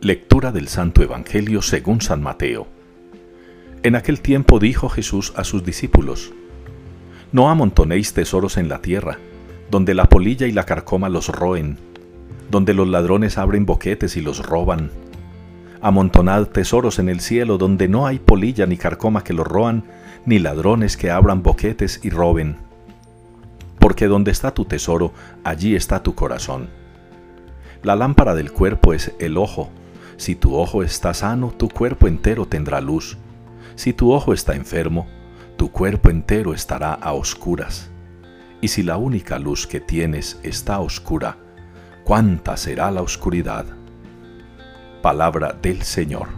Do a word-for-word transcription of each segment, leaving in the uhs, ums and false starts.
Lectura del Santo Evangelio según San Mateo. En aquel tiempo dijo Jesús a sus discípulos: No amontonéis tesoros en la tierra, donde la polilla y la carcoma los roen, donde los ladrones abren boquetes y los roban. Amontonad tesoros en el cielo, donde no hay polilla ni carcoma que los roan, ni ladrones que abran boquetes y roben. Porque donde está tu tesoro, allí está tu corazón. La lámpara del cuerpo es el ojo. Si tu ojo está sano, tu cuerpo entero tendrá luz. Si tu ojo está enfermo, tu cuerpo entero estará a oscuras. Y si la única luz que tienes está oscura, ¿cuánta será la oscuridad? Palabra del Señor.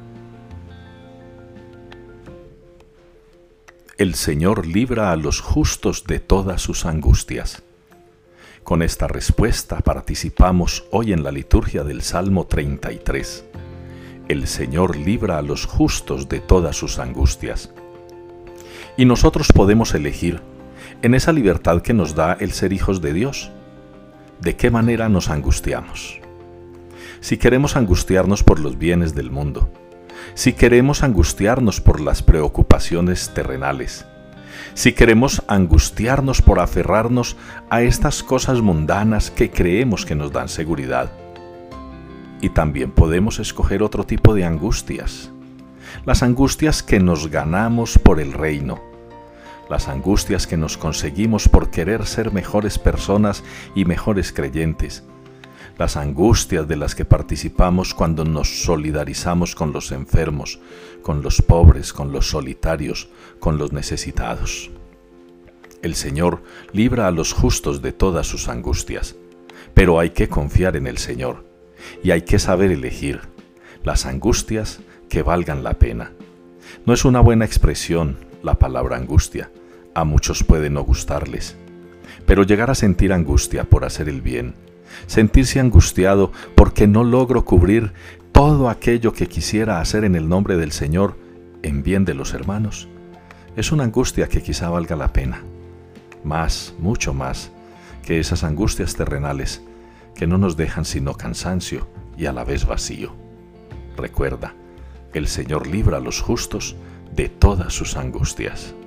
El Señor libra a los justos de todas sus angustias. Con esta respuesta participamos hoy en la liturgia del Salmo treinta y tres. El Señor libra a los justos de todas sus angustias. Y nosotros podemos elegir, en esa libertad que nos da el ser hijos de Dios, de qué manera nos angustiamos. Si queremos angustiarnos por los bienes del mundo, si queremos angustiarnos por las preocupaciones terrenales, si queremos angustiarnos por aferrarnos a estas cosas mundanas que creemos que nos dan seguridad. Y también podemos escoger otro tipo de angustias, las angustias que nos ganamos por el reino, las angustias que nos conseguimos por querer ser mejores personas y mejores creyentes, las angustias de las que participamos cuando nos solidarizamos con los enfermos, con los pobres, con los solitarios, con los necesitados. El Señor libra a los justos de todas sus angustias, pero hay que confiar en el Señor y hay que saber elegir las angustias que valgan la pena. No es una buena expresión la palabra angustia, a muchos puede no gustarles, pero llegar a sentir angustia por hacer el bien, sentirse angustiado porque no logro cubrir todo aquello que quisiera hacer en el nombre del Señor en bien de los hermanos, es una angustia que quizá valga la pena, más, mucho más, que esas angustias terrenales que no nos dejan sino cansancio y a la vez vacío. Recuerda, el Señor libra a los justos de todas sus angustias.